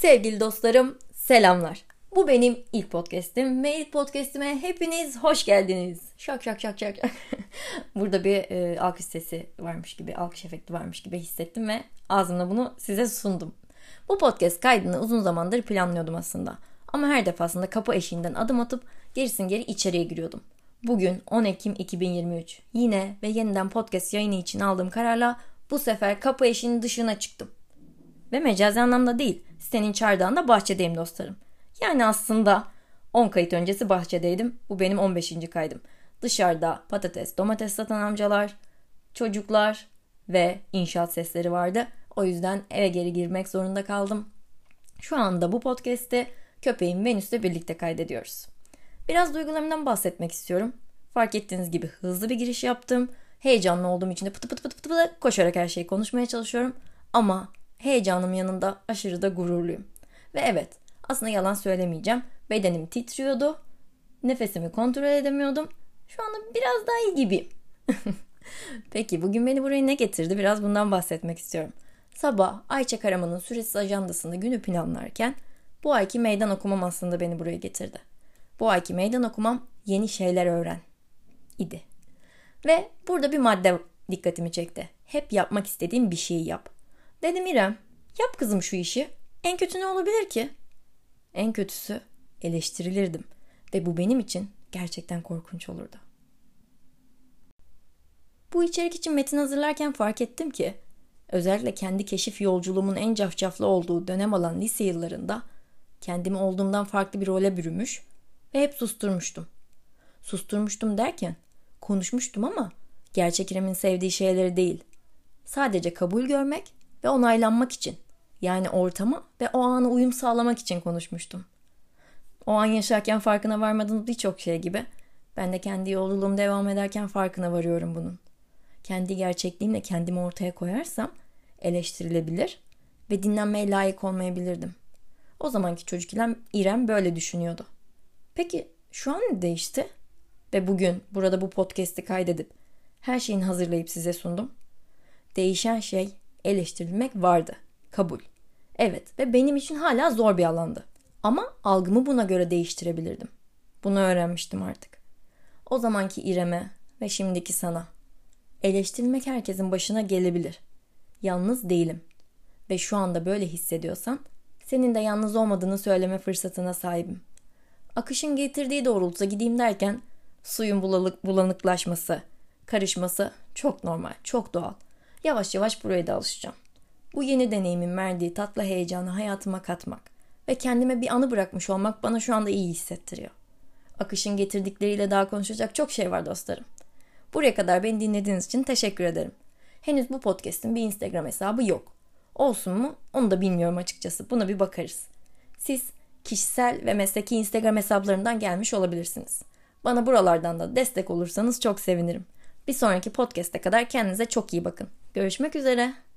Sevgili dostlarım, selamlar. Bu benim ilk podcast'im ve ilk podcast'ime hepiniz hoş geldiniz. Şak şak şak şak. Burada bir alkış sesi varmış gibi, alkış efekti varmış gibi hissettim ve ağzımla bunu size sundum. Bu podcast kaydını uzun zamandır planlıyordum aslında. Ama her defasında kapı eşiğinden adım atıp gerisin geri içeriye giriyordum. Bugün 10 Ekim 2023. Yine ve yeniden podcast yayını için aldığım kararla bu sefer kapı eşiğinin dışına çıktım. Ve mecazi anlamda değil, sitenin çardağında bahçedeyim dostlarım. Yani aslında 10 kayıt öncesi bahçedeydim. Bu benim 15. kaydım. Dışarıda patates, domates satan amcalar, çocuklar ve inşaat sesleri vardı. O yüzden eve geri girmek zorunda kaldım. Şu anda bu podcast'te köpeğim Venüs'le birlikte kaydediyoruz. Biraz duygularımdan bahsetmek istiyorum. Fark ettiğiniz gibi hızlı bir giriş yaptım. Heyecanlı olduğum için de pıtı pıtı pıtı pıtı koşarak her şeyi konuşmaya çalışıyorum. Ama heyecanım yanında aşırı da gururluyum. Ve evet, aslında yalan söylemeyeceğim. Bedenim titriyordu. Nefesimi kontrol edemiyordum. Şu anda biraz daha iyi gibiyim. Peki bugün beni buraya ne getirdi? Biraz bundan bahsetmek istiyorum. Sabah Ayça Karaman'ın süresiz ajandasında günü planlarken bu ayki meydan okumam aslında beni buraya getirdi. Bu ayki meydan okumam yeni şeyler öğren idi. Ve burada bir madde dikkatimi çekti. Hep yapmak istediğim bir şeyi yap. Dedim İrem, yap kızım şu işi. En kötü ne olabilir ki? En kötüsü eleştirilirdim. Ve bu benim için gerçekten korkunç olurdu. Bu içerik için metin hazırlarken fark ettim ki özellikle kendi keşif yolculuğumun en cafcaflı olduğu dönem olan lise yıllarında kendimi olduğumdan farklı bir role bürümüş ve hep susturmuştum. Susturmuştum derken konuşmuştum ama gerçek İrem'in sevdiği şeyleri değil. Sadece kabul görmek ve onaylanmak için, yani ortama ve o ana uyum sağlamak için konuşmuştum. O an yaşarken farkına varmadığım birçok şey gibi ben de kendi yolculuğum devam ederken farkına varıyorum bunun. Kendi gerçekliğimle kendimi ortaya koyarsam eleştirilebilir ve dinlenmeye layık olmayabilirdim. O zamanki çocuk İrem böyle düşünüyordu. Peki şu an ne değişti? Ve bugün burada bu podcast'i kaydedip her şeyini hazırlayıp size sundum. Değişen şey eleştirilmek vardı. Kabul. Evet ve benim için hala zor bir alandı. Ama algımı buna göre değiştirebilirdim. Bunu öğrenmiştim artık. O zamanki İrem'e ve şimdiki sana. Eleştirilmek herkesin başına gelebilir. Yalnız değilim. Ve şu anda böyle hissediyorsan senin de yalnız olmadığını söyleme fırsatına sahibim. Akışın getirdiği doğrultuda gideyim derken suyun bulanıklaşması, karışması çok normal, çok doğal. Yavaş yavaş buraya da alışacağım. Bu yeni deneyimin verdiği tatlı heyecanı hayatıma katmak ve kendime bir anı bırakmış olmak bana şu anda iyi hissettiriyor. Akışın getirdikleriyle daha konuşacak çok şey var dostlarım. Buraya kadar beni dinlediğiniz için teşekkür ederim. Henüz bu podcast'in bir Instagram hesabı yok. Olsun mu? Onu da bilmiyorum açıkçası. Buna bir bakarız. Siz kişisel ve mesleki Instagram hesaplarından gelmiş olabilirsiniz. Bana buralardan da destek olursanız çok sevinirim. Bir sonraki podcast'e kadar kendinize çok iyi bakın. Görüşmek üzere.